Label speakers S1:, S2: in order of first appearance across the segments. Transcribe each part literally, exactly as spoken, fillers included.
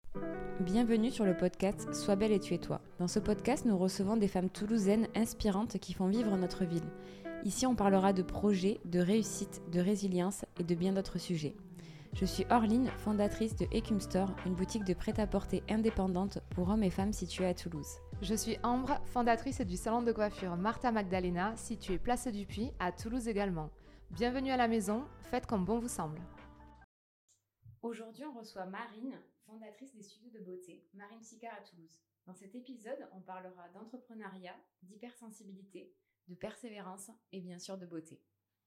S1: Bienvenue sur le podcast Sois belle et tu es toi. Dans ce podcast, nous recevons des femmes toulousaines inspirantes qui font vivre notre ville. Ici, on parlera de projets, de réussite, de résilience et de bien d'autres sujets. Je suis Orline, fondatrice de Ecum Store, une boutique de prêt-à-porter indépendante pour hommes et femmes située à Toulouse.
S2: Je suis Ambre, fondatrice du salon de coiffure Martha Magdalena, situé Place du Puy, à Toulouse également. Bienvenue à la maison, faites comme bon vous semble.
S1: Aujourd'hui, on reçoit Marine, fondatrice des studios de beauté, Marine Sicard à Toulouse. Dans cet épisode, on parlera d'entrepreneuriat, d'hypersensibilité, de persévérance et bien sûr de beauté.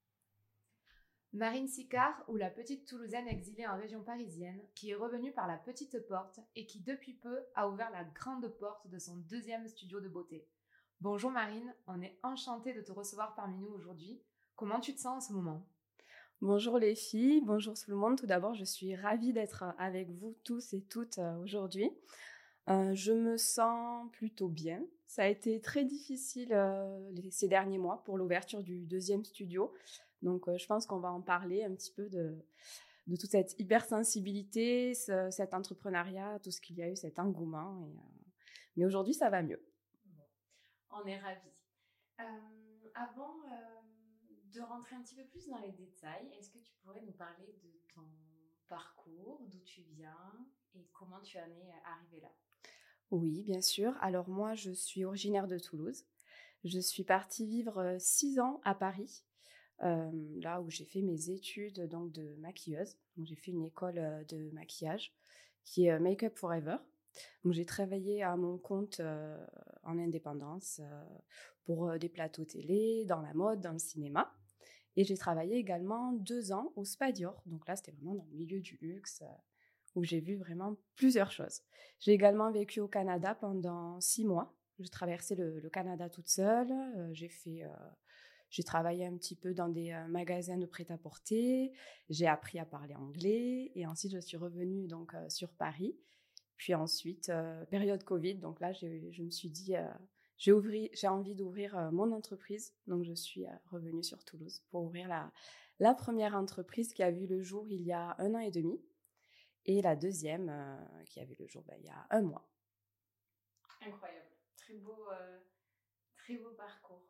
S2: Marine Sicard, ou la petite Toulousaine exilée en région parisienne, qui est revenue par la petite porte et qui depuis peu a ouvert la grande porte de son deuxième studio de beauté. Bonjour Marine, on est enchanté de te recevoir parmi nous aujourd'hui. Comment tu te sens en ce moment ?
S3: Bonjour les filles, bonjour tout le monde. Tout d'abord, je suis ravie d'être avec vous tous et toutes aujourd'hui. Euh, je me sens plutôt bien. Ça a été très difficile euh, les, ces derniers mois pour l'ouverture du deuxième studio. Donc, euh, je pense qu'on va en parler un petit peu de, de toute cette hypersensibilité, ce, cet entrepreneuriat, tout ce qu'il y a eu, cet engouement. Et, euh... Mais aujourd'hui, ça va mieux.
S1: Bon, on est ravis. Euh, avant... Euh... de rentrer un petit peu plus dans les détails, est-ce que tu pourrais nous parler de ton parcours, d'où tu viens et comment tu en es arrivée là ?
S3: Oui, bien sûr. Alors moi, je suis originaire de Toulouse. Je suis partie vivre six ans à Paris, euh, là où j'ai fait mes études donc, de maquilleuse. Donc, j'ai fait une école de maquillage qui est Make Up Forever. Donc, j'ai travaillé à mon compte euh, en indépendance euh, pour euh, des plateaux télé, dans la mode, dans le cinéma. Et j'ai travaillé également deux ans au Spa Dior. Donc là, c'était vraiment dans le milieu du luxe euh, où j'ai vu vraiment plusieurs choses. J'ai également vécu au Canada pendant six mois. J'ai traversé le, le Canada toute seule. Euh, j'ai fait... Euh, J'ai travaillé un petit peu dans des euh, magasins de prêt-à-porter. J'ai appris à parler anglais. Et ensuite, je suis revenue donc, euh, sur Paris. Puis ensuite, euh, période Covid. Donc là, j'ai, je me suis dit, euh, j'ai, ouvri, j'ai envie d'ouvrir euh, mon entreprise. Donc, je suis euh, revenue sur Toulouse pour ouvrir la, la première entreprise qui a vu le jour il y a un an et demi. Et la deuxième euh, qui a vu le jour ben, il y a un mois.
S1: Incroyable. Très beau, euh, très beau parcours.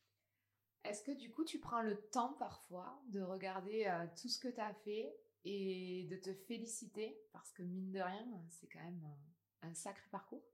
S2: Est-ce que du coup, tu prends le temps parfois de regarder euh, tout ce que tu as fait et de te féliciter ? Parce que mine de rien, c'est quand même un, un sacré parcours.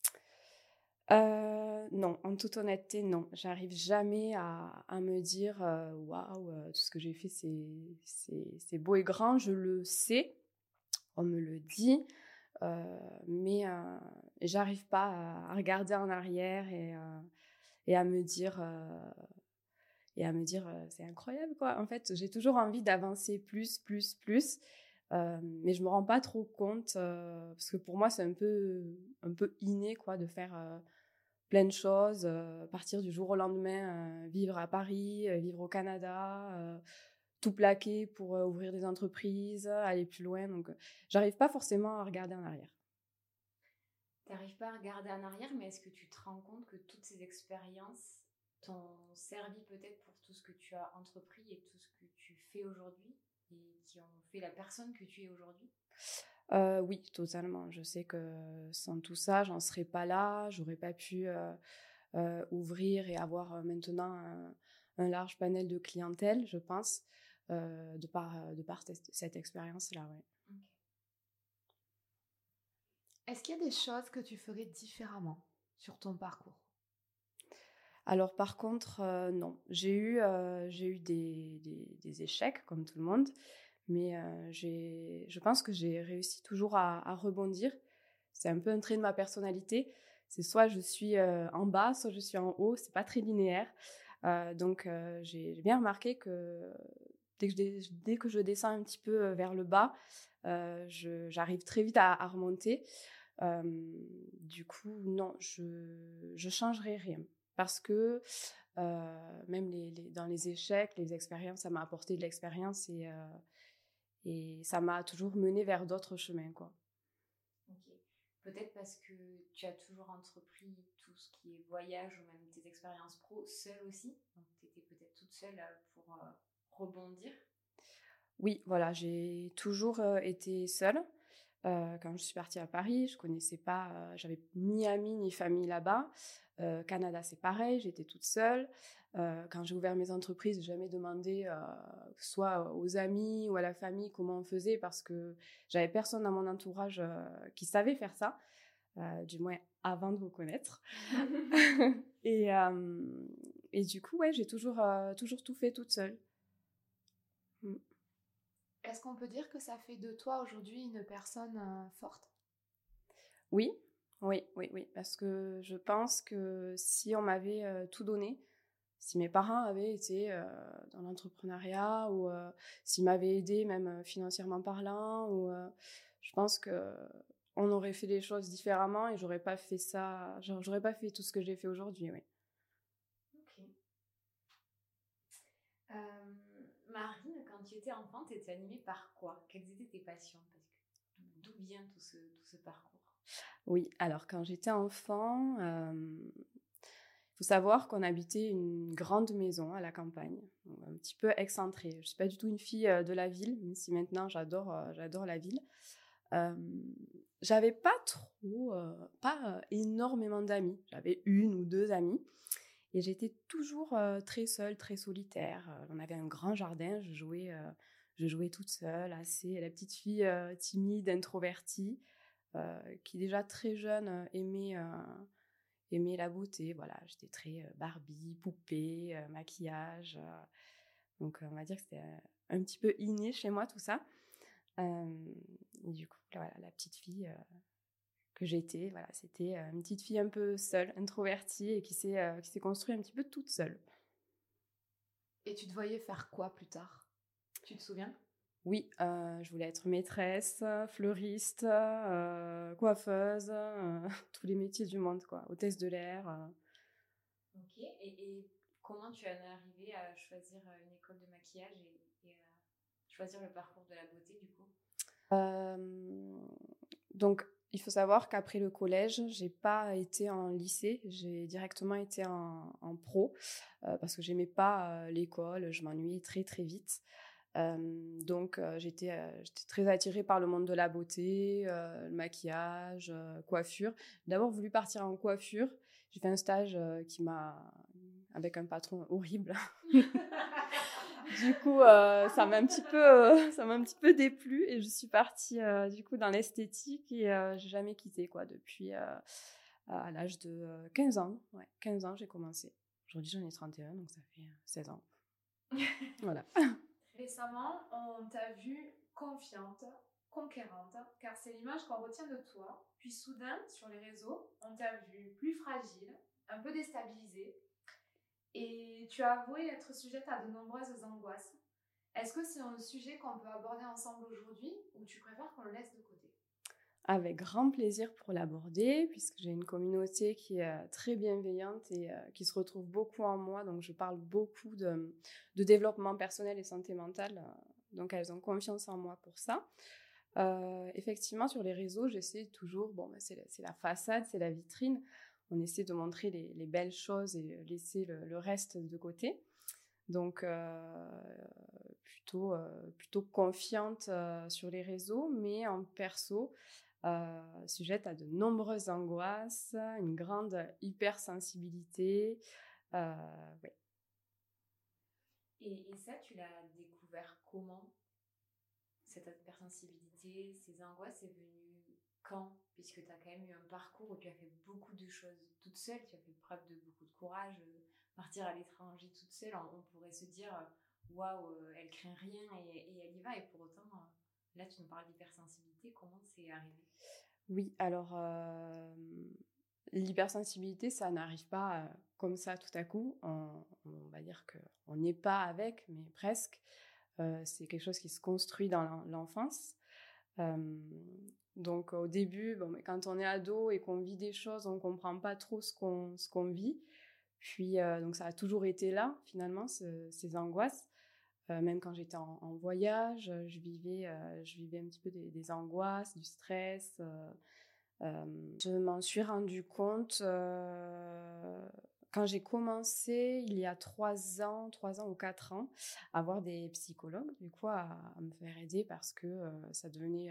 S3: Euh, non, en toute honnêteté, non. J'arrive jamais à, à me dire euh, waouh, tout ce que j'ai fait, c'est, c'est, c'est beau et grand. Je le sais, on me le dit, euh, mais euh, j'arrive pas à, à regarder en arrière et, euh, et à me dire. Euh, Et à me dire, euh, c'est incroyable, quoi. En fait, j'ai toujours envie d'avancer plus, plus, plus. Euh, mais je me rends pas trop compte, euh, parce que pour moi, c'est un peu, un peu inné, quoi, de faire euh, plein de choses, euh, partir du jour au lendemain, euh, vivre à Paris, euh, vivre au Canada, euh, tout plaquer pour euh, ouvrir des entreprises, aller plus loin. Donc, euh, j'arrive pas forcément à regarder en arrière.
S1: Tu n'arrives pas à regarder en arrière, mais est-ce que tu te rends compte que toutes ces expériences t'ont servi peut-être pour tout ce que tu as entrepris et tout ce que tu fais aujourd'hui et qui ont fait la personne que tu es aujourd'hui ?
S3: euh, Oui, totalement. Je sais que sans tout ça, j'en serais pas là. J'aurais pas pu euh, euh, ouvrir et avoir euh, maintenant un, un large panel de clientèle, je pense, euh, de par, de par cette, cette expérience-là. Ouais.
S2: Okay. Est-ce qu'il y a des choses que tu ferais différemment sur ton parcours ?
S3: Alors par contre, euh, non. J'ai eu, euh, j'ai eu des, des, des échecs, comme tout le monde, mais euh, j'ai, je pense que j'ai réussi toujours à, à rebondir. C'est un peu un trait de ma personnalité. C'est soit je suis euh, en bas, soit je suis en haut. C'est pas très linéaire. Euh, donc euh, j'ai, j'ai bien remarqué que dès que, je, dès que je descends un petit peu vers le bas, euh, je, j'arrive très vite à, à remonter. Euh, du coup, non, je je changerai rien. Parce que euh, même les, les, dans les échecs, les expériences, ça m'a apporté de l'expérience et, euh, et ça m'a toujours mené vers d'autres chemins, quoi.
S1: Ok. Peut-être parce que tu as toujours entrepris tout ce qui est voyage ou même tes expériences pro seule aussi. Donc tu étais peut-être toute seule pour euh, rebondir.
S3: Oui, voilà, j'ai toujours euh, été seule. Euh, quand je suis partie à Paris, je connaissais pas, euh, j'avais ni amis ni famille là-bas. Euh, Canada, c'est pareil, j'étais toute seule. Euh, quand j'ai ouvert mes entreprises, j'ai jamais demandé euh, soit aux amis ou à la famille comment on faisait parce que j'avais personne dans mon entourage euh, qui savait faire ça, euh, du moins avant de vous connaître. et, euh, et du coup, ouais, j'ai toujours, euh, toujours tout fait toute seule. Mm.
S2: Est-ce qu'on peut dire que ça fait de toi aujourd'hui une personne euh, forte?
S3: Oui, oui, oui, oui, parce que je pense que si on m'avait euh, tout donné, si mes parents avaient été euh, dans l'entrepreneuriat ou euh, s'ils m'avaient aidé même euh, financièrement parlant, ou euh, je pense que on aurait fait les choses différemment et j'aurais pas fait ça, j'aurais pas fait tout ce que j'ai fait aujourd'hui, oui.
S1: Ok. Euh, Marine, quand tu étais enfant, tu étais animée par quoi? Quelles étaient tes passions? Parce que d'où vient tout ce, tout ce parcours?
S3: Oui, alors quand j'étais enfant, euh, faut savoir qu'on habitait une grande maison à la campagne, un petit peu excentrée. Je ne suis pas du tout une fille de la ville, même si maintenant j'adore, euh, j'adore la ville. Euh, j'avais pas trop, euh, pas euh, énormément d'amis. J'avais une ou deux amies. Et j'étais toujours euh, très seule, très solitaire. Euh, on avait un grand jardin, je jouais, euh, je jouais toute seule, assez la petite fille euh, timide, introvertie, euh, qui déjà très jeune euh, aimait... Euh, aimais la beauté, voilà, j'étais très euh, Barbie, poupée, euh, maquillage, euh, donc euh, on va dire que c'était euh, un petit peu inné chez moi tout ça. Euh, et du coup, voilà, la petite fille euh, que j'étais, voilà, c'était euh, une petite fille un peu seule, introvertie et qui s'est euh, qui s'est construite un petit peu toute seule.
S2: Et tu te voyais faire quoi plus tard? Tu te souviens?
S3: Oui, euh, je voulais être maîtresse, fleuriste, euh, coiffeuse, euh, tous les métiers du monde, quoi, hôtesse de l'air. Euh.
S1: Ok, et, et comment tu en es arrivée à choisir une école de maquillage et, et à choisir le parcours de la beauté du coup?
S3: Euh, donc, il faut savoir qu'après le collège, j'ai pas été en lycée, j'ai directement été en, en pro euh, parce que j'aimais pas euh, l'école, je m'ennuyais très très vite. Euh, donc, euh, j'étais, euh, j'étais très attirée par le monde de la beauté, euh, le maquillage, euh, coiffure. J'ai d'abord voulu partir en coiffure. J'ai fait un stage euh, qui m'a, avec un patron horrible. Du coup, euh, ça m'a un petit peu, euh, ça m'a un petit peu déplu et je suis partie euh, du coup dans l'esthétique et euh, j'ai jamais quitté quoi depuis euh, à l'âge de euh, quinze ans. Ouais, quinze ans j'ai commencé. Aujourd'hui j'en ai trente et un donc ça fait seize ans. Voilà.
S2: Récemment, on t'a vue confiante, conquérante, car c'est l'image qu'on retient de toi. Puis soudain, sur les réseaux, on t'a vue plus fragile, un peu déstabilisée, et tu as avoué être sujette à de nombreuses angoisses. Est-ce que c'est un sujet qu'on peut aborder ensemble aujourd'hui ou tu préfères qu'on le laisse de côté?
S3: Avec grand plaisir pour l'aborder, puisque j'ai une communauté qui est euh, très bienveillante et euh, qui se retrouve beaucoup en moi. Donc, je parle beaucoup de, de développement personnel et santé mentale. Euh, donc, elles ont confiance en moi pour ça. Euh, effectivement, sur les réseaux, j'essaie toujours, bon, ben, c'est, la, c'est la façade, c'est la vitrine. On essaie de montrer les, les belles choses et laisser le, le reste de côté. Donc, euh, plutôt, euh, plutôt confiante euh, sur les réseaux, mais en perso, euh, sujette à de nombreuses angoisses, une grande hypersensibilité. Euh, ouais.
S1: Et, et ça, tu l'as découvert comment? Cette hypersensibilité, ces angoisses, c'est venu quand? Puisque tu as quand même eu un parcours où tu as fait beaucoup de choses toute seule, tu as fait preuve de beaucoup de courage, euh, partir à l'étranger toute seule, on, on pourrait se dire waouh, wow, elle craint rien et, et elle y va, et pour autant, euh, là tu nous parles d'hypersensibilité, comment c'est arrivé?
S3: Oui, alors euh, l'hypersensibilité, ça n'arrive pas euh, comme ça tout à coup. On, on va dire qu'on n'est pas avec, mais presque. Euh, c'est quelque chose qui se construit dans l'enfance. Euh, donc au début, bon, mais quand on est ado et qu'on vit des choses, on ne comprend pas trop ce qu'on, ce qu'on vit. Puis euh, donc ça a toujours été là finalement, ce, ces angoisses. Euh, même quand j'étais en, en voyage, je vivais, euh, je vivais un petit peu des, des angoisses, du stress. Euh, euh, je m'en suis rendu compte euh, quand j'ai commencé, il y a trois ans, trois ans ou quatre ans, à voir des psychologues, du coup, à, à me faire aider parce que euh, ça devenait euh,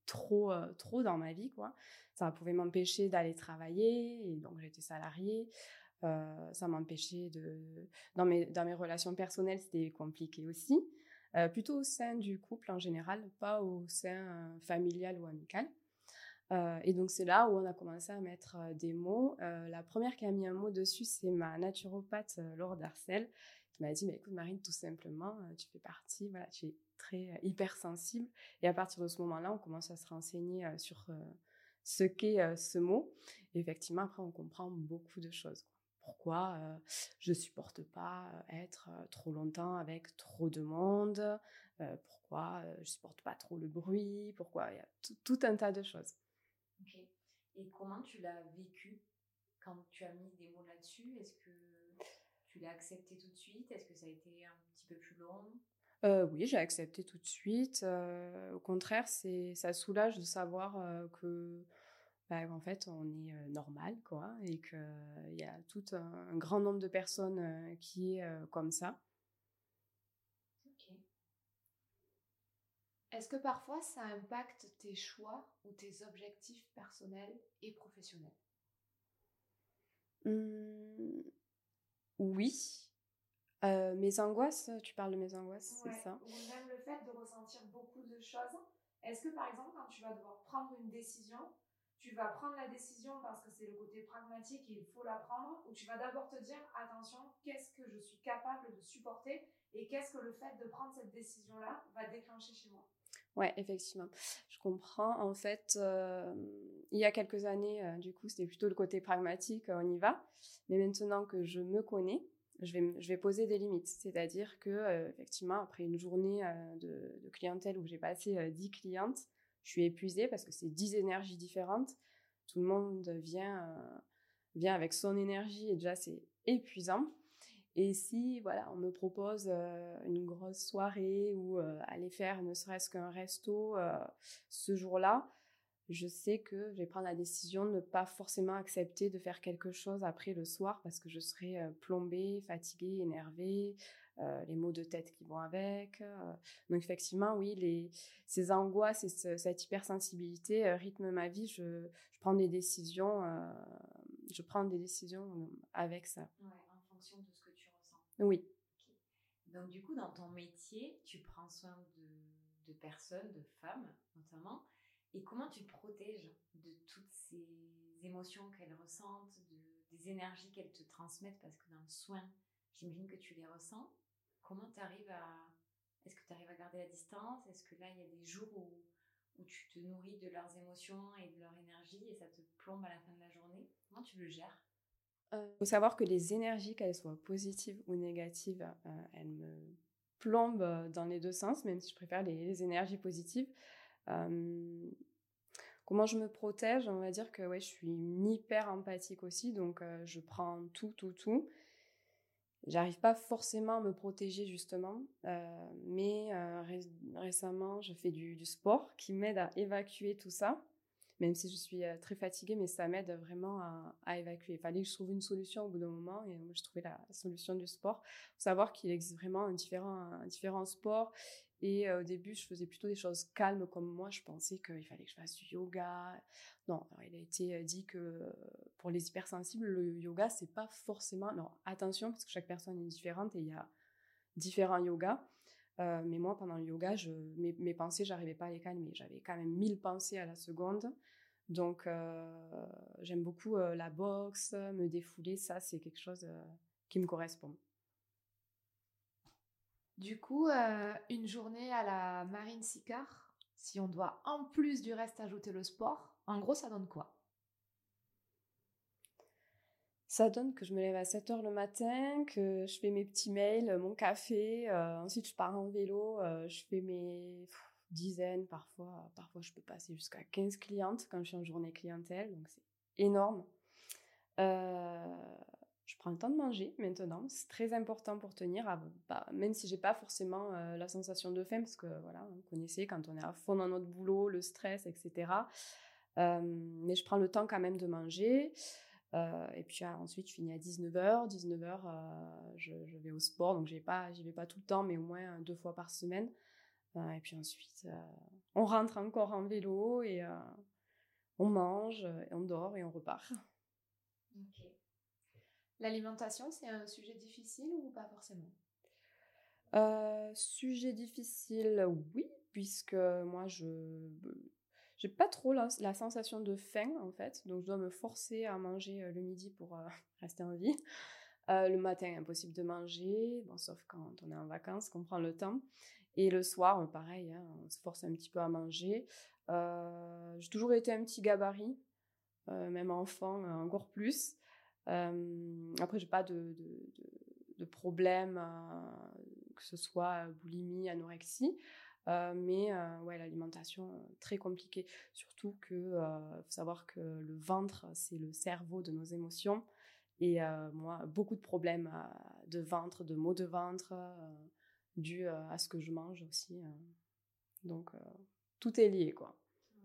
S3: trop, euh, trop dans ma vie, quoi. Ça pouvait m'empêcher d'aller travailler, et donc j'étais salariée. Euh, ça m'empêchait de... Dans mes, dans mes relations personnelles, c'était compliqué aussi. Euh, plutôt au sein du couple en général, pas au sein euh, familial ou amical. Euh, et donc, c'est là où on a commencé à mettre euh, des mots. Euh, la première qui a mis un mot dessus, c'est ma naturopathe, euh, Laure Darcel, qui m'a dit, bah, écoute Marine, tout simplement, euh, tu fais partie, voilà, tu es très euh, hypersensible. Et à partir de ce moment-là, on commence à se renseigner euh, sur euh, ce qu'est euh, ce mot. Et effectivement, après, on comprend beaucoup de choses, quoi. Pourquoi euh, je ne supporte pas être euh, trop longtemps avec trop de monde, euh, pourquoi euh, je ne supporte pas trop le bruit, pourquoi il y a tout, tout un tas de choses.
S1: Ok. Et comment tu l'as vécu quand tu as mis des mots là-dessus? Est-ce que tu l'as accepté tout de suite? Est-ce que ça a été un petit peu plus long?
S3: Euh, oui, j'ai accepté tout de suite. Euh, au contraire, c'est, ça soulage de savoir euh, que, bah, en fait, on est euh, normal, quoi, et qu'il y a tout un, un grand nombre de personnes euh, qui est euh, comme ça.
S1: Ok.
S2: Est-ce que parfois ça impacte tes choix ou tes objectifs personnels et professionnels?
S3: Hum, oui. Euh, mes angoisses, tu parles de mes angoisses, c'est
S2: Ouais,
S3: ça?
S2: ou même le fait de ressentir beaucoup de choses. Est-ce que par exemple, quand tu vas devoir prendre une décision, tu vas prendre la décision parce que c'est le côté pragmatique et il faut la prendre, ou tu vas d'abord te dire, attention, qu'est-ce que je suis capable de supporter et qu'est-ce que le fait de prendre cette décision-là va déclencher chez moi?
S3: Ouais, effectivement. Je comprends. En fait, euh, il y a quelques années, euh, du coup, c'était plutôt le côté pragmatique, euh, on y va. Mais maintenant que je me connais, je vais, je vais poser des limites. C'est-à-dire que, euh, effectivement, après une journée euh, de, de clientèle où j'ai passé euh, dix clientes, je suis épuisée parce que c'est dix énergies différentes. Tout le monde vient, euh, vient avec son énergie et déjà, c'est épuisant. Et si voilà, on me propose euh, une grosse soirée ou euh, aller faire ne serait-ce qu'un resto euh, ce jour-là, je sais que je vais prendre la décision de ne pas forcément accepter de faire quelque chose après le soir parce que je serai euh, plombée, fatiguée, énervée, euh, les maux de tête qui vont avec. Euh. Donc effectivement, oui, les, ces angoisses et ce, cette hypersensibilité euh, rythment ma vie. Je, je prends des décisions, euh, je prends des décisions avec ça.
S1: Ouais, en fonction de ce que tu ressens.
S3: Oui.
S1: Okay. Donc du coup, dans ton métier, tu prends soin de, de personnes, de femmes notamment. Et comment tu te protèges de toutes ces émotions qu'elles ressentent, de, des énergies qu'elles te transmettent? Parce que dans le soin, j'imagine que tu les ressens. Comment tu arrives à... Est-ce que tu arrives à garder la distance? Est-ce que là, il y a des jours où, où tu te nourris de leurs émotions et de leur énergie et ça te plombe à la fin de la journée? Comment tu le gères?
S3: Il euh, faut savoir que les énergies, qu'elles soient positives ou négatives, euh, elles me plombent dans les deux sens, même si je préfère les, les énergies positives. Euh, comment je me protège? On va dire que ouais, je suis hyper empathique aussi, donc euh, je prends tout, tout, tout. J'arrive pas forcément à me protéger justement, euh, mais euh, ré- récemment, je fais du, du sport qui m'aide à évacuer tout ça. Même si je suis euh, très fatiguée, mais ça m'aide vraiment à, à évacuer. Il fallait que je trouve une solution au bout d'un moment, et moi, je trouvais la solution du sport. Il faut savoir qu'il existe vraiment un différent, un différent sport, et euh, au début, je faisais plutôt des choses calmes comme moi. Je pensais qu'il fallait que je fasse du yoga. Non, alors, il a été dit que pour les hypersensibles, le yoga, c'est pas forcément... Non, attention, parce que chaque personne est différente, et il y a différents yogas. Euh, mais moi, pendant le yoga, je, mes, mes pensées, j'arrivais pas à les calmer. J'avais quand même mille pensées à la seconde. Donc, euh, j'aime beaucoup euh, la boxe, me défouler. Ça, c'est quelque chose euh, qui me correspond.
S2: Du coup, euh, une journée à la Marine Sicard, si on doit en plus du reste ajouter le sport, en gros, ça donne quoi?
S3: Ça donne que je me lève à sept heures le matin, que je fais mes petits mails, mon café. Euh, ensuite, je pars en vélo. Euh, je fais mes pff, dizaines, parfois. Parfois, je peux passer jusqu'à quinze clientes quand je suis en journée clientèle. Donc, c'est énorme. Euh, je prends le temps de manger maintenant. C'est très important pour tenir. À, bah, même si j'ai pas forcément euh, la sensation de faim, parce que voilà, vous connaissez, quand on est à fond dans notre boulot, le stress, et cetera. Euh, mais je prends le temps quand même de manger. Euh, et puis ah, ensuite, je finis à dix-neuf heures. dix-neuf heures, euh, je, je vais au sport. Donc, j'y vais pas, j'y vais pas tout le temps, mais au moins deux fois par semaine. Euh, et puis ensuite, euh, on rentre encore en vélo et euh, on mange, et on dort et on repart.
S2: Ok. L'alimentation, c'est un sujet difficile ou pas forcément?
S3: Euh, sujet difficile, oui, puisque moi, je j'ai pas trop la, la sensation de faim, en fait. Donc, je dois me forcer à manger euh, le midi pour euh, rester en vie. Euh, le matin, impossible de manger, bon, sauf quand on est en vacances, qu'on prend le temps. Et le soir, pareil, hein, on se force un petit peu à manger. Euh, j'ai toujours été un petit gabarit, euh, même enfant, euh, encore plus. Euh, après, j'ai pas de, de, de, de problème, euh, que ce soit boulimie, anorexie. Euh, mais euh, ouais, l'alimentation, euh, très compliquée. Surtout que euh, faut savoir que le ventre, c'est le cerveau de nos émotions. Et euh, moi, beaucoup de problèmes euh, de ventre, de maux de ventre, euh, dus euh, à ce que je mange aussi. Euh. Donc, euh, tout est lié, quoi.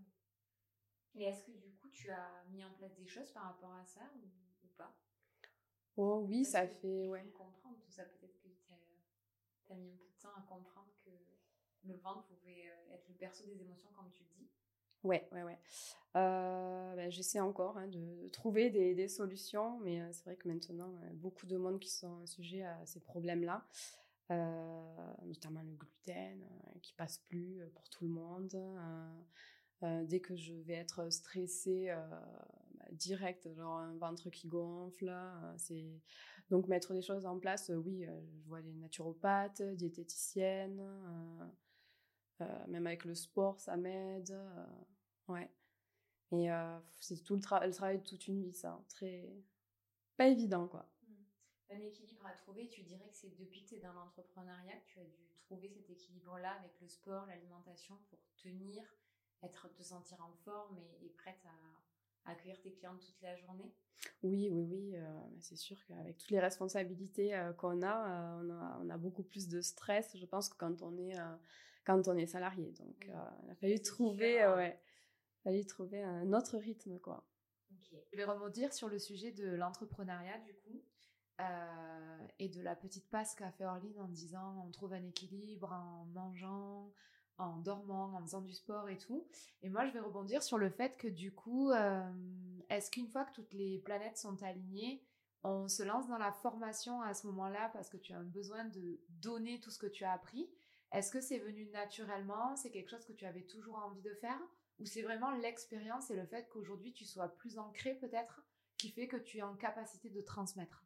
S1: Et est-ce que du coup, tu as mis en place des choses par rapport à ça ou, ou pas?
S3: Oh oui,
S1: Parce
S3: ça
S1: que
S3: fait,
S1: il
S3: ouais.
S1: faut comprendre tout ça. Peut-être que tu as mis un peu de temps à comprendre que le ventre pouvait euh, être le berceau des émotions, comme tu le dis.
S3: Ouais, ouais, ouais. Euh, ben, j'essaie encore hein, de trouver des, des solutions, mais euh, c'est vrai que maintenant, il y a beaucoup de monde qui sont sujets à ces problèmes-là, euh, notamment le gluten, euh, qui passe plus pour tout le monde. Euh, euh, dès que je vais être stressée, euh, bah, direct, genre un ventre qui gonfle. Euh, c'est... Donc mettre des choses en place, euh, oui, euh, je vois les naturopathes, diététiciennes. Euh, Euh, même avec le sport, ça m'aide. Euh, ouais. Et euh, c'est tout le, tra- le travail de toute une vie, ça. Très... Pas évident, quoi.
S1: Un équilibre à trouver, tu dirais que c'est depuis que tu es dans l'entrepreneuriat que tu as dû trouver cet équilibre-là avec le sport, l'alimentation pour tenir, être, te sentir en forme et, et prête à, à accueillir tes clientes toute la journée?
S3: Oui, oui, oui. Euh, c'est sûr qu'avec toutes les responsabilités euh, qu'on a, euh, on a, on a beaucoup plus de stress, je pense, que quand on est, euh, quand on est salarié. Donc,
S1: Oui.
S3: euh, il a fallu
S1: c'est
S3: trouver, euh, ouais, fallu trouver un autre rythme, quoi.
S2: Okay. Je vais rebondir sur le sujet de l'entrepreneuriat du coup euh, et de la petite passe qu'a fait Orline en disant on trouve un équilibre en mangeant, en dormant, en faisant du sport et tout. Et moi je vais rebondir sur le fait que du coup, euh, est-ce qu'une fois que toutes les planètes sont alignées, on se lance dans la formation à ce moment-là parce que tu as un besoin de donner tout ce que tu as appris? Est-ce que c'est venu naturellement? C'est quelque chose que tu avais toujours envie de faire? Ou c'est vraiment l'expérience et le fait qu'aujourd'hui tu sois plus ancré peut-être qui fait que tu es en capacité de transmettre?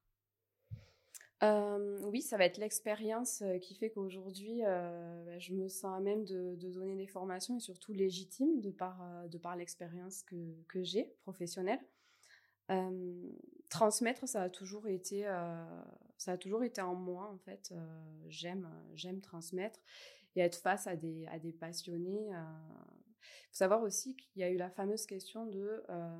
S3: Euh, oui, ça va être l'expérience euh, qui fait qu'aujourd'hui, euh, bah, je me sens à même de, de donner des formations et surtout légitime de par, euh, de par l'expérience que, que j'ai professionnelle. Euh, transmettre, ça a toujours été, euh, ça a toujours été en moi en fait. Euh, j'aime, j'aime transmettre et être face à des, à des passionnés. Il euh. faut savoir aussi qu'il y a eu la fameuse question de euh,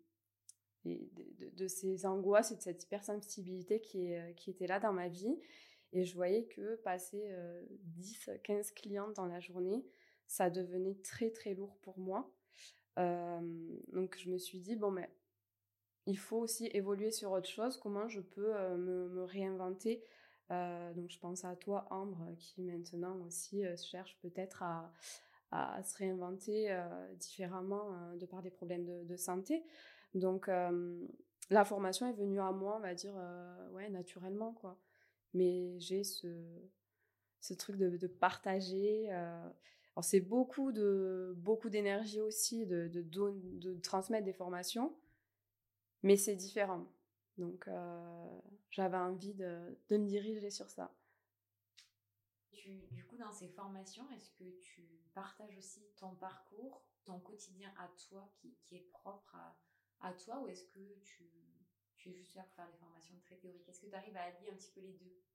S3: et de, de, de ces angoisses et de cette hypersensibilité qui, est, qui était là dans ma vie. Et je voyais que passer euh, dix à quinze clientes dans la journée, ça devenait très très lourd pour moi. Euh, donc je me suis dit, bon, mais il faut aussi évoluer sur autre chose. Comment je peux euh, me, me réinventer? Euh, donc je pense à toi, Ambre, qui maintenant aussi euh, cherche peut-être à, à, à se réinventer euh, différemment euh, de par des problèmes de, de santé. Donc euh, la formation est venue à moi, on va dire, euh, ouais, naturellement, quoi. Mais j'ai ce, ce truc de, de partager. Euh, alors c'est beaucoup de beaucoup d'énergie aussi de, de, de, de transmettre des formations, mais c'est différent. Donc, euh, j'avais envie de, de me diriger sur ça.
S1: Tu, du coup, dans ces formations, est-ce que tu partages aussi ton parcours, ton quotidien à toi, qui, qui est propre à, à toi, ou est-ce que tu, tu es juste là pour faire des formations très théoriques? Est-ce que tu arrives à allier un petit peu les deux?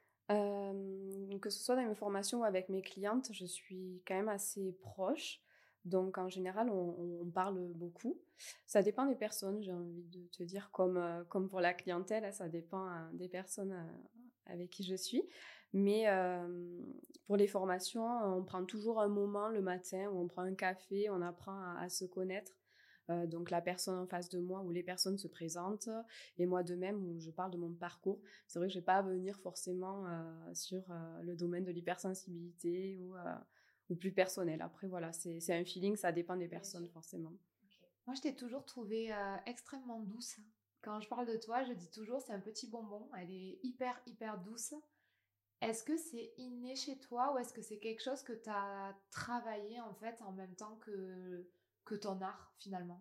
S3: Euh, que ce soit dans mes formations ou avec mes clientes, je suis quand même assez proche. Donc, en général, on, on parle beaucoup. Ça dépend des personnes, j'ai envie de te dire, comme, euh, comme pour la clientèle, ça dépend euh, des personnes euh, avec qui je suis. Mais euh, pour les formations, on prend toujours un moment le matin où on prend un café, on apprend à, à se connaître. Euh, donc la personne en face de moi, où les personnes se présentent, et moi de même, où je parle de mon parcours. C'est vrai que je ne vais pas venir forcément euh, sur euh, le domaine de l'hypersensibilité ou, euh, ou plus personnel. Après, voilà, c'est, c'est un feeling, ça dépend des personnes, forcément.
S2: Okay. Moi, je t'ai toujours trouvée euh, extrêmement douce. Quand je parle de toi, je dis toujours, c'est un petit bonbon. Elle est hyper, hyper douce. Est-ce que c'est inné chez toi ou est-ce que c'est quelque chose que tu as travaillé en fait en même temps que, que ton art finalement?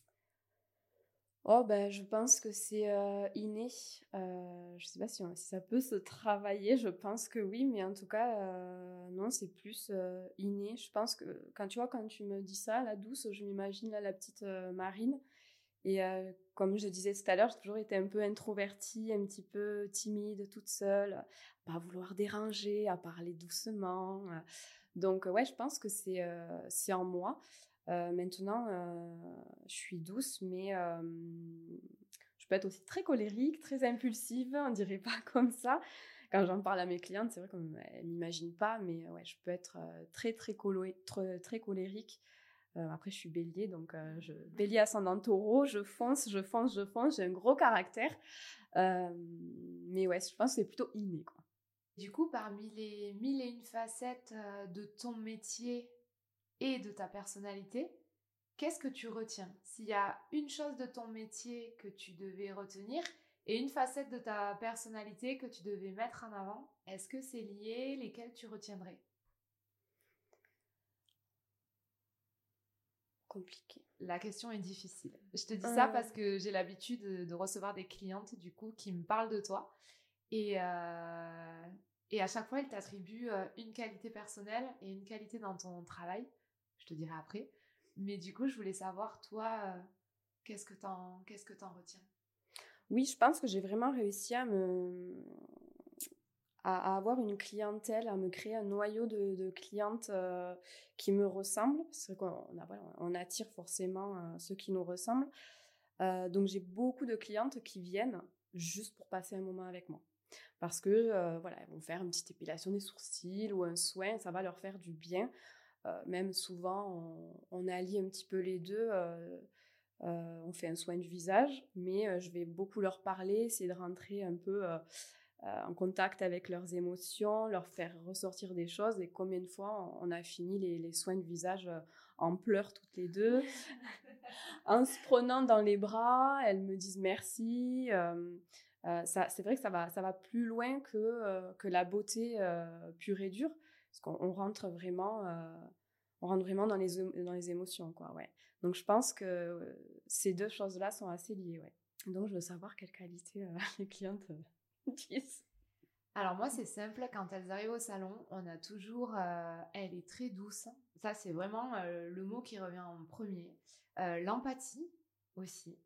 S3: Oh, ben, je pense que c'est euh, inné. Euh, je sais pas si, on- si ça peut se travailler, je pense que oui, mais en tout cas, euh, non, c'est plus euh, inné. Je pense que quand tu vois, quand tu me dis ça, la douce, je m'imagine là la petite euh, Marine. Et euh, comme je disais tout à l'heure, j'ai toujours été un peu introvertie, un petit peu timide, toute seule, à pas vouloir déranger, à parler doucement. euh. Donc, ouais, je pense que c'est euh, c'est en moi. Euh, maintenant, euh, je suis douce, mais euh, je peux être aussi très colérique, très impulsive, on dirait pas comme ça. Quand j'en parle à mes clientes, c'est vrai qu'elles ne m'imaginent pas, mais ouais, je peux être euh, très, très, colo- très, très colérique. Euh, après, je suis bélier, donc euh, je, bélier ascendant taureau, je fonce, je fonce, je fonce, j'ai un gros caractère. Euh, mais ouais, je pense que c'est plutôt inné, quoi.
S2: Du coup, parmi les mille et une facettes euh, de ton métier et de ta personnalité, qu'est-ce que tu retiens? S'il y a une chose de ton métier que tu devais retenir et une facette de ta personnalité que tu devais mettre en avant, est-ce que c'est lié? Lesquelles tu retiendrais?
S3: Compliqué.
S2: La question est difficile. Je te dis ça
S3: Euh,
S2: parce que j'ai l'habitude de, de recevoir des clientes du coup qui me parlent de toi et, euh, et à chaque fois elles t'attribuent euh, une qualité personnelle et une qualité dans ton travail. Je te dirai après. Mais du coup, je voulais savoir toi, euh, qu'est-ce que t'en, qu'est-ce que t'en retiens?
S3: oui, je pense que j'ai vraiment réussi à me à, à avoir une clientèle, à me créer un noyau de, de clientes euh, qui me ressemblent. C'est qu'on a, voilà, on attire forcément euh, ceux qui nous ressemblent. Euh, donc j'ai beaucoup de clientes qui viennent juste pour passer un moment avec moi. Parce que euh, voilà, elles vont faire une petite épilation des sourcils ou un soin, ça va leur faire du bien. Euh, même souvent, on, on allie un petit peu les deux. Euh, euh, on fait un soin du visage, mais euh, je vais beaucoup leur parler, essayer de rentrer un peu euh, euh, en contact avec leurs émotions, leur faire ressortir des choses. Et combien de fois on a fini les, les soins de visage euh, en pleurs toutes les deux, en se prenant dans les bras, elles me disent merci. Euh, euh, ça, c'est vrai que ça va, ça va plus loin que, euh, que la beauté euh, pure et dure, parce qu'on on rentre vraiment, euh, on rentre vraiment dans les, dans les émotions, quoi, ouais. Donc je pense que euh, ces deux choses-là sont assez liées, ouais. Donc je veux savoir quelle qualité euh, les clientes euh, disent.
S2: Alors moi, c'est simple, quand elles arrivent au salon, on a toujours, euh, elle est très douce. Ça, c'est vraiment euh, le mot qui revient en premier. Euh, l'empathie aussi.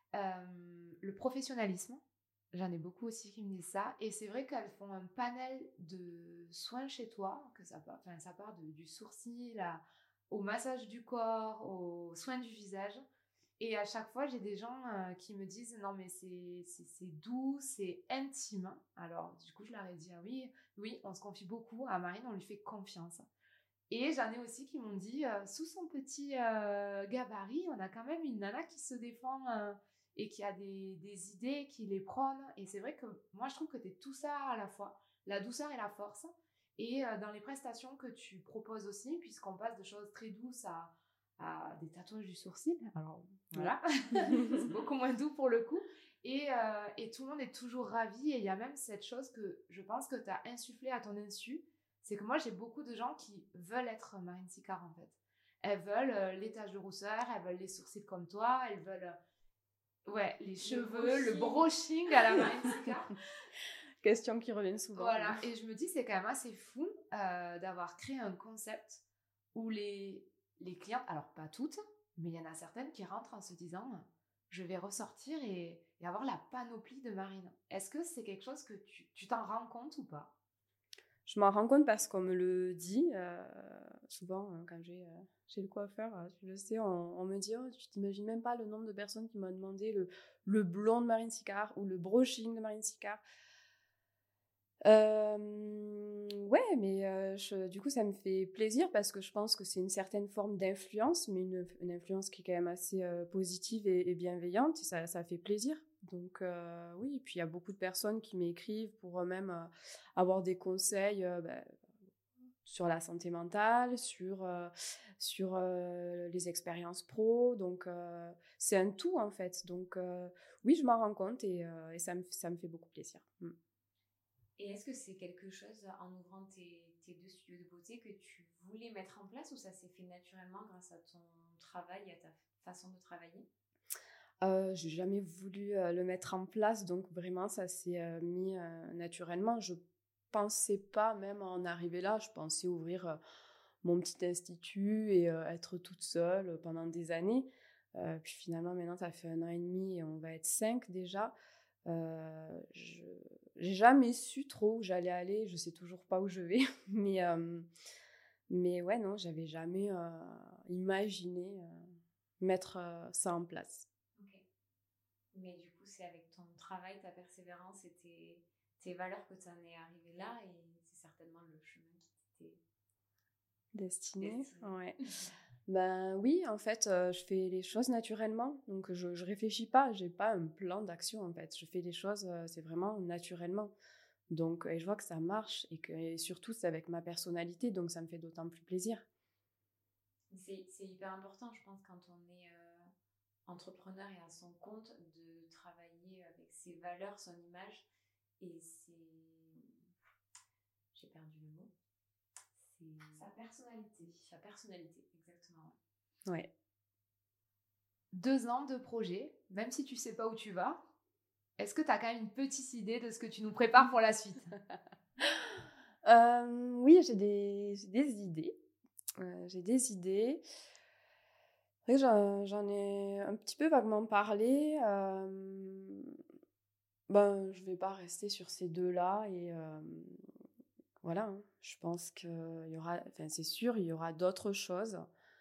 S2: Euh, le professionnalisme. J'en ai beaucoup aussi qui me disent ça. Et c'est vrai qu'elles font un panel de soins chez toi, que ça part, enfin, ça part de- du sourcil à- au massage du corps, aux soins du visage. Et à chaque fois, j'ai des gens euh, qui me disent non, mais c'est, c'est, c'est doux, c'est intime. Alors, du coup, je leur ai dit ah oui, oui, on se confie beaucoup. À Marine, on lui fait confiance. Et j'en ai aussi qui m'ont dit euh, sous son petit euh, gabarit, on a quand même une nana qui se défend euh, et qui a des, des idées, qui les prône. Et c'est vrai que moi, je trouve que tu es tout ça à la fois, la douceur et la force. Et euh, dans les prestations que tu proposes aussi, puisqu'on passe de choses très douces à, à des tatouages du sourcil. Alors voilà, c'est beaucoup moins doux pour le coup. Et, euh, et tout le monde est toujours ravi. Et il y a même cette chose que je pense que tu as insufflé à ton insu. C'est que moi, j'ai beaucoup de gens qui veulent être Marine Sicard, en fait. Elles veulent euh, les taches de rousseur, elles veulent les sourcils comme toi, elles veulent euh, ouais, les cheveux, le brushing, le brushing à la Marine Sicard.
S3: Questions qui reviennent souvent.
S2: Voilà, et je me dis, c'est quand même assez fou euh, d'avoir créé un concept où les, les clientes, alors pas toutes, mais il y en a certaines qui rentrent en se disant, je vais ressortir et, et avoir la panoplie de Marine. Est-ce que c'est quelque chose que tu, tu t'en rends compte ou pas?
S3: Je m'en rends compte parce qu'on me le dit euh, souvent euh, quand j'ai euh, chez le coiffeur, euh, tu le sais, on, on me dit oh, tu t'imagines même pas le nombre de personnes qui m'ont demandé le, le blond de Marine Sicard ou le brushing de Marine Sicard. Euh, ouais, mais euh, je, du coup, ça me fait plaisir parce que je pense que c'est une certaine forme d'influence, mais une, une influence qui est quand même assez euh, positive et, et bienveillante, et ça, ça fait plaisir. Donc euh, oui, et puis il y a beaucoup de personnes qui m'écrivent pour eux-mêmes euh, avoir des conseils. Euh, bah, sur la santé mentale, sur, euh, sur euh, les expériences pro. Donc, euh, c'est un tout, en fait. Donc, euh, oui, je m'en rends compte et, euh, et ça, me, ça me fait beaucoup plaisir. Mm.
S1: Et est-ce que c'est quelque chose, en ouvrant tes, tes deux studios de beauté, que tu voulais mettre en place ou ça s'est fait naturellement grâce à ton travail et à ta façon de travailler ?
S3: Euh, j'ai jamais voulu euh, le mettre en place, donc vraiment ça s'est euh, mis euh, naturellement. Je pensais pas même en arriver là, je pensais ouvrir euh, mon petit institut et euh, être toute seule pendant des années. Euh, puis finalement maintenant ça fait un an et demi et on va être cinq déjà. Euh, je j'ai jamais su trop où j'allais aller, je sais toujours pas où je vais, mais euh, mais ouais non j'avais jamais euh, imaginé euh, mettre euh, ça en place.
S1: Mais du coup, c'est avec ton travail, ta persévérance et tes, tes valeurs que tu en es arrivé là et c'est certainement le chemin qui t'était
S3: destiné.
S1: destiné.
S3: Ouais. Ben oui, en fait, euh, je fais les choses naturellement. Donc, je, je réfléchis pas, j'ai pas un plan d'action, en fait. Je fais les choses, euh, c'est vraiment naturellement. Donc, et je vois que ça marche et que et surtout, c'est avec ma personnalité, donc ça me fait d'autant plus plaisir.
S1: C'est, c'est hyper important, je pense, quand on est euh, entrepreneur et à son compte, de travailler avec ses valeurs, son image et ses... J'ai perdu le mot. C'est...
S2: Sa personnalité.
S1: Sa personnalité, exactement.
S3: Ouais.
S2: Deux ans de projet, même si tu sais pas où tu vas, est-ce que tu as quand même une petite idée de ce que tu nous prépares pour la suite ?
S3: euh, Oui, j'ai des, j'ai des idées. Euh, j'ai des idées. Après, j'en, j'en ai un petit peu vaguement parlé. Euh, ben, je vais pas rester sur ces deux-là et euh, voilà. Hein. Je pense qu'il y aura, enfin, c'est sûr, il y aura d'autres choses.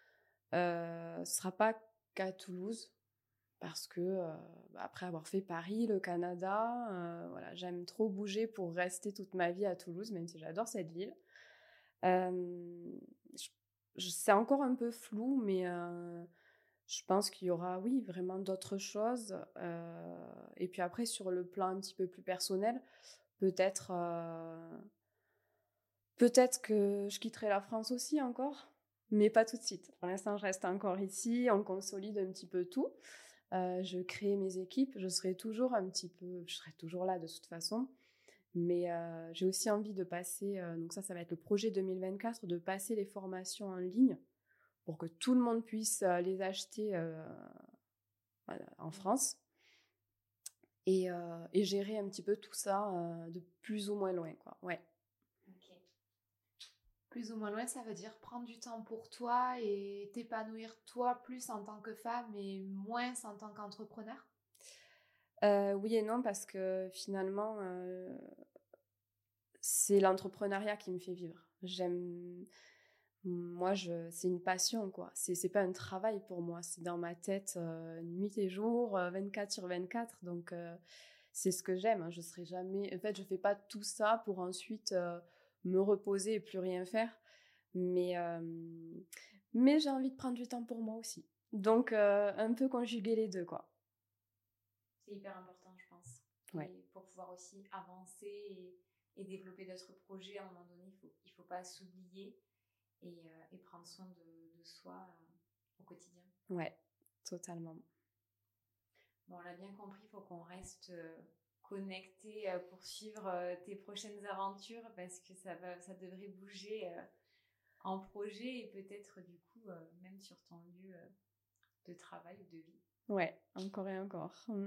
S3: Euh, ce sera pas qu'à Toulouse parce que euh, après avoir fait Paris, le Canada, euh, voilà, j'aime trop bouger pour rester toute ma vie à Toulouse, même si j'adore cette ville. Euh, je, je, c'est encore un peu flou, mais euh, je pense qu'il y aura, oui, vraiment d'autres choses. Euh, et puis après, sur le plan un petit peu plus personnel, peut-être, euh, peut-être que je quitterai la France aussi encore, mais pas tout de suite. Pour l'instant, je reste encore ici, on consolide un petit peu tout. Euh, je crée mes équipes, je serai toujours un petit peu, je serai toujours là de toute façon. Mais euh, j'ai aussi envie de passer, euh, donc ça, ça va être le projet deux mille vingt-quatre, de passer les formations en ligne pour que tout le monde puisse euh, les acheter euh, voilà, en France et, euh, et gérer un petit peu tout ça euh, de plus ou moins loin, quoi. Ouais.
S1: Ok.
S2: Plus ou moins loin, ça veut dire prendre du temps pour toi et t'épanouir toi plus en tant que femme et moins en tant qu'entrepreneur ?
S3: Euh, oui et non, parce que finalement, euh, c'est l'entrepreneuriat qui me fait vivre. J'aime... Moi, je, c'est une passion, quoi. C'est, c'est pas un travail pour moi. C'est dans ma tête euh, nuit et jour, euh, vingt-quatre sur vingt-quatre. Donc, euh, c'est ce que j'aime. Hein. Je serai jamais... En fait, je fais pas tout ça pour ensuite euh, me reposer et plus rien faire. Mais, euh, mais j'ai envie de prendre du temps pour moi aussi. Donc, euh, un peu conjuguer les deux, quoi.
S1: C'est hyper important, je pense.
S3: Ouais.
S1: Et pour pouvoir aussi avancer et, et développer d'autres projets, à un moment donné, il faut, il faut pas s'oublier et, euh, et prendre soin de, de soi euh, au quotidien.
S3: Ouais, totalement.
S1: Bon, on l'a bien compris, il faut qu'on reste euh, connecté euh, pour suivre euh, tes prochaines aventures parce que ça, va, ça devrait bouger euh, en projet et peut-être du coup euh, même sur ton lieu euh, de travail ou de vie.
S3: Ouais, encore et encore. Mm.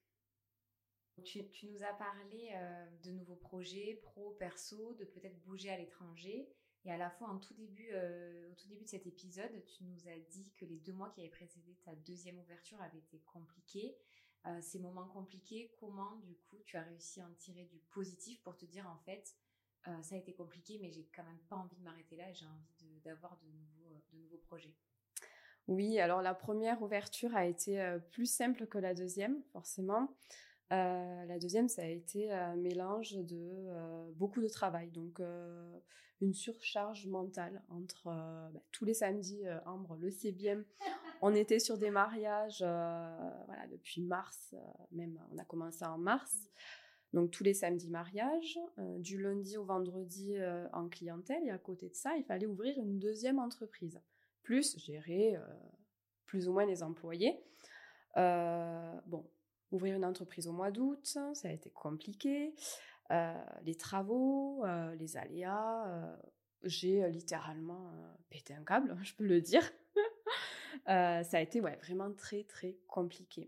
S1: Tu, tu nous as parlé euh, de nouveaux projets, pro, perso, de peut-être bouger à l'étranger. Et à la fois, en tout début, euh, au tout début de cet épisode, tu nous as dit que les deux mois qui avaient précédé ta deuxième ouverture avaient été compliqués. Euh, ces moments compliqués, comment, du coup, tu as réussi à en tirer du positif pour te dire, en fait, euh, ça a été compliqué, mais j'ai quand même pas envie de m'arrêter là et j'ai envie de, d'avoir de nouveaux, de nouveaux projets.
S3: Oui, alors la première ouverture a été euh, plus simple que la deuxième, forcément. Euh, la deuxième, ça a été un mélange de euh, beaucoup de travail, donc euh, une surcharge mentale entre euh, bah, tous les samedis, euh, Ambre le sait bien, on était sur des mariages euh, voilà, depuis mars, euh, même on a commencé en mars, Donc tous les samedis mariage, euh, du lundi au vendredi euh, en clientèle. Et à côté de ça, il fallait ouvrir une deuxième entreprise, plus gérer euh, plus ou moins les employés. Euh, bon, ouvrir une entreprise au mois d'août, ça a été compliqué. Euh, les travaux, euh, les aléas, euh, j'ai euh, littéralement euh, pété un câble, je peux le dire. euh, ça a été ouais, vraiment très très compliqué.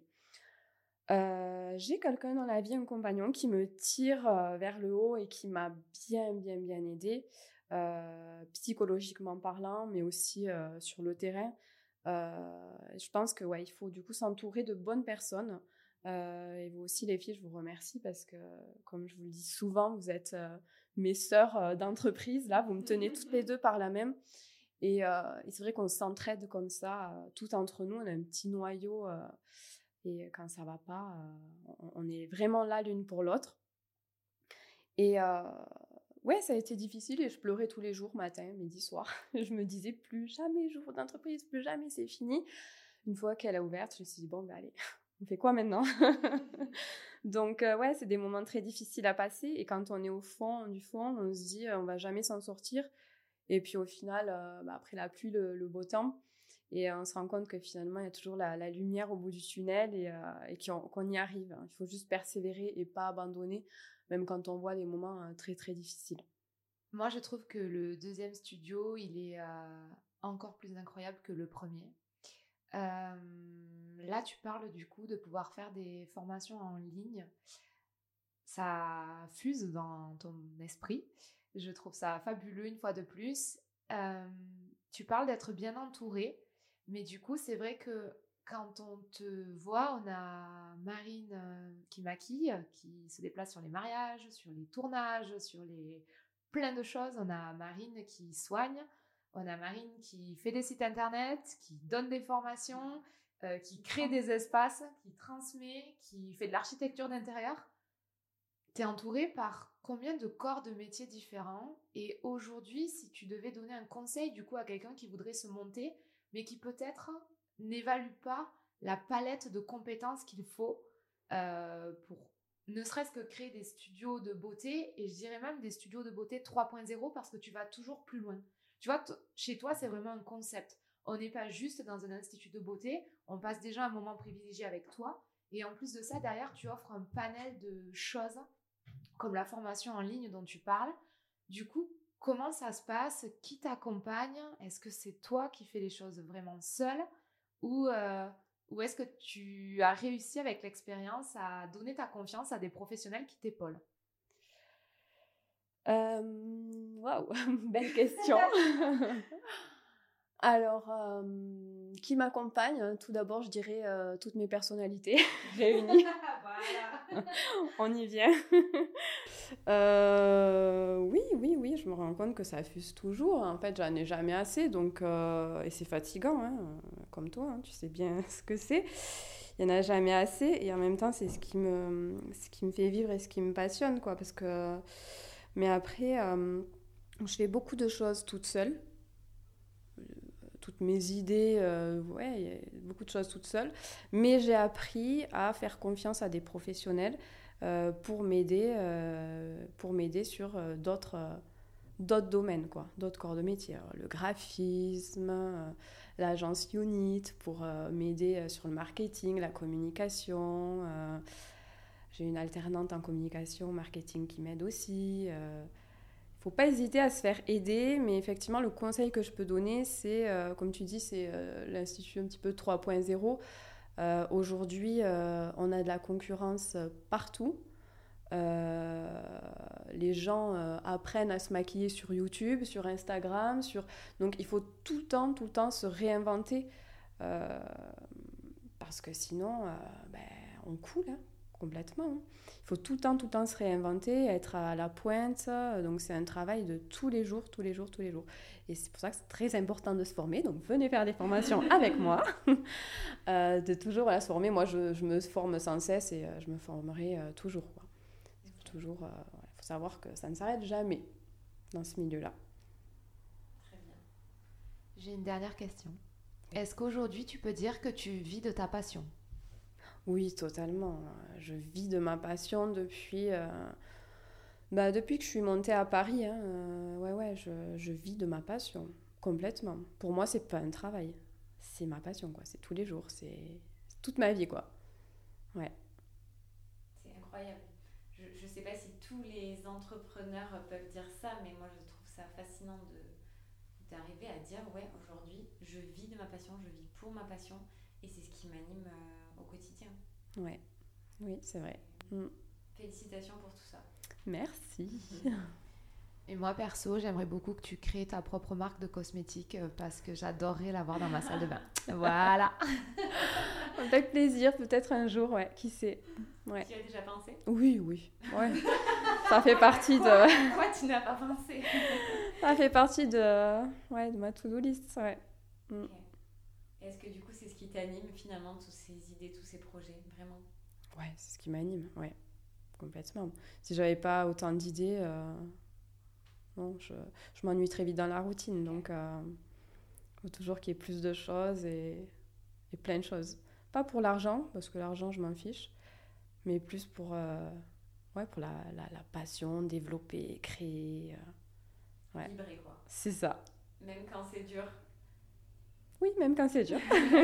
S3: Euh, j'ai quelqu'un dans la vie, un compagnon qui me tire euh, vers le haut et qui m'a bien bien bien aidée, euh, psychologiquement parlant, mais aussi euh, sur le terrain. Euh, je pense que ouais, il faut du coup s'entourer de bonnes personnes. Euh, et vous aussi les filles, je vous remercie parce que comme je vous le dis souvent, vous êtes euh, mes sœurs euh, d'entreprise. Là, vous me tenez toutes les deux par la même. Et, euh, et c'est vrai qu'on s'entraide comme ça, euh, tout entre nous. On a un petit noyau. Euh, et quand ça va pas, euh, on, on est vraiment là l'une pour l'autre. Et euh, ouais, ça a été difficile et je pleurais tous les jours, matin, midi, soir. Je me disais plus jamais j'ouvre d'entreprise, plus jamais c'est fini. Une fois qu'elle a ouvert, je me suis dit bon, ben allez, on fait quoi maintenant? Donc euh, ouais, c'est des moments très difficiles à passer et quand on est au fond du fond, on se dit euh, on va jamais s'en sortir. Et puis au final, euh, bah, après la pluie, le, le beau temps. Et euh, on se rend compte que finalement, il y a toujours la, la lumière au bout du tunnel et, euh, et qu'on, qu'on y arrive. Il faut juste persévérer et pas abandonner, même quand on voit des moments euh, très, très difficiles.
S2: Moi, je trouve que le deuxième studio, il est euh, encore plus incroyable que le premier. Euh, là, tu parles du coup de pouvoir faire des formations en ligne. Ça fuse dans ton esprit. Je trouve ça fabuleux une fois de plus. Euh, tu parles d'être bien entourée, mais du coup, c'est vrai que quand on te voit, on a Marine euh, qui maquille, qui se déplace sur les mariages, sur les tournages, sur les plein de choses. On a Marine qui soigne, on a Marine qui fait des sites internet, qui donne des formations, euh, qui crée des espaces, qui transmet, qui fait de l'architecture d'intérieur. T'es entourée par combien de corps de métiers différents? Et aujourd'hui, si tu devais donner un conseil du coup à quelqu'un qui voudrait se monter, mais qui peut-être n'évalue pas la palette de compétences qu'il faut euh, pour ne serait-ce que créer des studios de beauté, et je dirais même des studios de beauté trois point zéro parce que tu vas toujours plus loin. Tu vois, t- chez toi, c'est vraiment un concept. On n'est pas juste dans un institut de beauté, on passe déjà un moment privilégié avec toi. Et en plus de ça, derrière, tu offres un panel de choses comme la formation en ligne dont tu parles. Du coup, comment ça se passe? Qui t'accompagne? Est-ce que c'est toi qui fais les choses vraiment seule? Ou, euh, ou est-ce que tu as réussi avec l'expérience à donner ta confiance à des professionnels qui t'épaulent?
S3: Euh, Waouh, belle question. Alors, euh, qui m'accompagne? Tout d'abord, je dirais euh, toutes mes personnalités réunies.
S2: Voilà.
S3: On y vient. euh, oui, oui, oui, je me rends compte que ça fuse toujours. En fait, j'en ai jamais assez, donc euh, et c'est fatigant, hein, comme toi, hein, tu sais bien ce que c'est. Il n'y en a jamais assez, et en même temps, c'est ce qui me, ce qui me fait vivre et ce qui me passionne, quoi. Parce que, mais après, euh, je fais beaucoup de choses toute seule. Toutes mes idées, euh, ouais, il y a beaucoup de choses toute seule. Mais j'ai appris à faire confiance à des professionnels euh, pour m'aider, euh, pour m'aider sur euh, d'autres, euh, d'autres domaines, quoi, d'autres corps de métier. Alors, le graphisme, euh, l'agence Unit pour euh, m'aider sur le marketing, la communication. Euh, j'ai une alternante en communication, marketing qui m'aide aussi. Euh, faut pas hésiter à se faire aider, mais effectivement, le conseil que je peux donner, c'est, euh, comme tu dis, c'est euh, l'institut un petit peu trois point zéro. Euh, aujourd'hui, euh, on a de la concurrence partout. Euh, les gens euh, apprennent à se maquiller sur YouTube, sur Instagram, sur... donc il faut tout le temps, tout le temps se réinventer euh, parce que sinon, euh, ben, on coule, hein, complètement. Hein. Il faut tout le temps, tout le temps se réinventer, être à la pointe. Donc, c'est un travail de tous les jours, tous les jours, tous les jours. Et c'est pour ça que c'est très important de se former. Donc, venez faire des formations avec moi. euh, de toujours voilà, se former. Moi, je, je me forme sans cesse et euh, je me formerai euh, toujours. Quoi. Il faut toujours, euh, voilà, faut savoir que ça ne s'arrête jamais dans ce milieu-là.
S2: Très bien. J'ai une dernière question. Est-ce qu'aujourd'hui, tu peux dire que tu vis de ta passion?
S3: Oui, totalement. Je vis de ma passion depuis, euh, bah, depuis que je suis montée à Paris. Hein. Euh, ouais, ouais, je, je vis de ma passion, complètement. Pour moi, c'est pas un travail. C'est ma passion, quoi. C'est tous les jours. C'est, c'est toute ma vie, quoi. Ouais.
S1: C'est incroyable. Je ne sais pas si tous les entrepreneurs peuvent dire ça, mais moi je trouve ça fascinant de, d'arriver à dire ouais, aujourd'hui je vis de ma passion, je vis pour ma passion et c'est ce qui m'anime euh, au quotidien.
S3: Ouais, oui, c'est vrai. Mm.
S1: Félicitations pour tout ça.
S3: Merci.
S2: Et moi, perso, j'aimerais beaucoup que tu crées ta propre marque de cosmétiques euh, parce que j'adorerais l'avoir dans ma salle de bain. Voilà.
S3: Avec plaisir, peut-être un jour, ouais, qui sait. Ouais.
S1: Tu y as déjà pensé?
S3: Oui, oui. Ouais. Ça fait partie
S1: Quoi
S3: de.
S1: Quoi tu n'as pas pensé?
S3: Ça fait partie de, ouais, de ma to-do list, ouais. Mm.
S1: Okay. Est-ce que du coup c'est ce qui t'anime finalement, toutes ces idées, tous ces projets, vraiment?
S3: Ouais, c'est ce qui m'anime, ouais, complètement. Si j'avais pas autant d'idées, euh, non, je, je m'ennuie très vite dans la routine, donc il euh, faut toujours qu'il y ait plus de choses et, et plein de choses. Pas pour l'argent, parce que l'argent, je m'en fiche, mais plus pour, euh, ouais, pour la, la, la passion, développer, créer. Euh, ouais.
S1: Vibrer quoi.
S3: C'est ça.
S1: Même quand c'est dur.
S3: Oui, même quand c'est dur.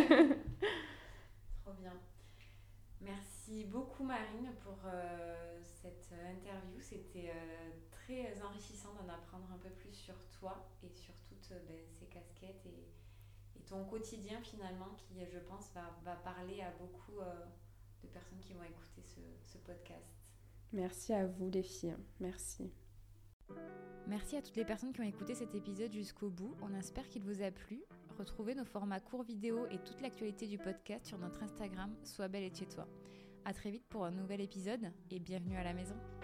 S1: Trop bien. Merci beaucoup Marine pour euh, cette interview. C'était euh, très enrichissant d'en apprendre un peu plus sur toi et sur toutes euh, ben, ces casquettes et, et ton quotidien finalement qui, je pense, va, va parler à beaucoup euh, de personnes qui vont écouter ce, ce podcast.
S3: Merci à vous les filles. Merci.
S1: Merci à toutes les personnes qui ont écouté cet épisode jusqu'au bout. On espère qu'il vous a plu. Retrouvez nos formats courts vidéo et toute l'actualité du podcast sur notre Instagram Sois belle et de chez toi. À très vite pour un nouvel épisode et bienvenue à la maison.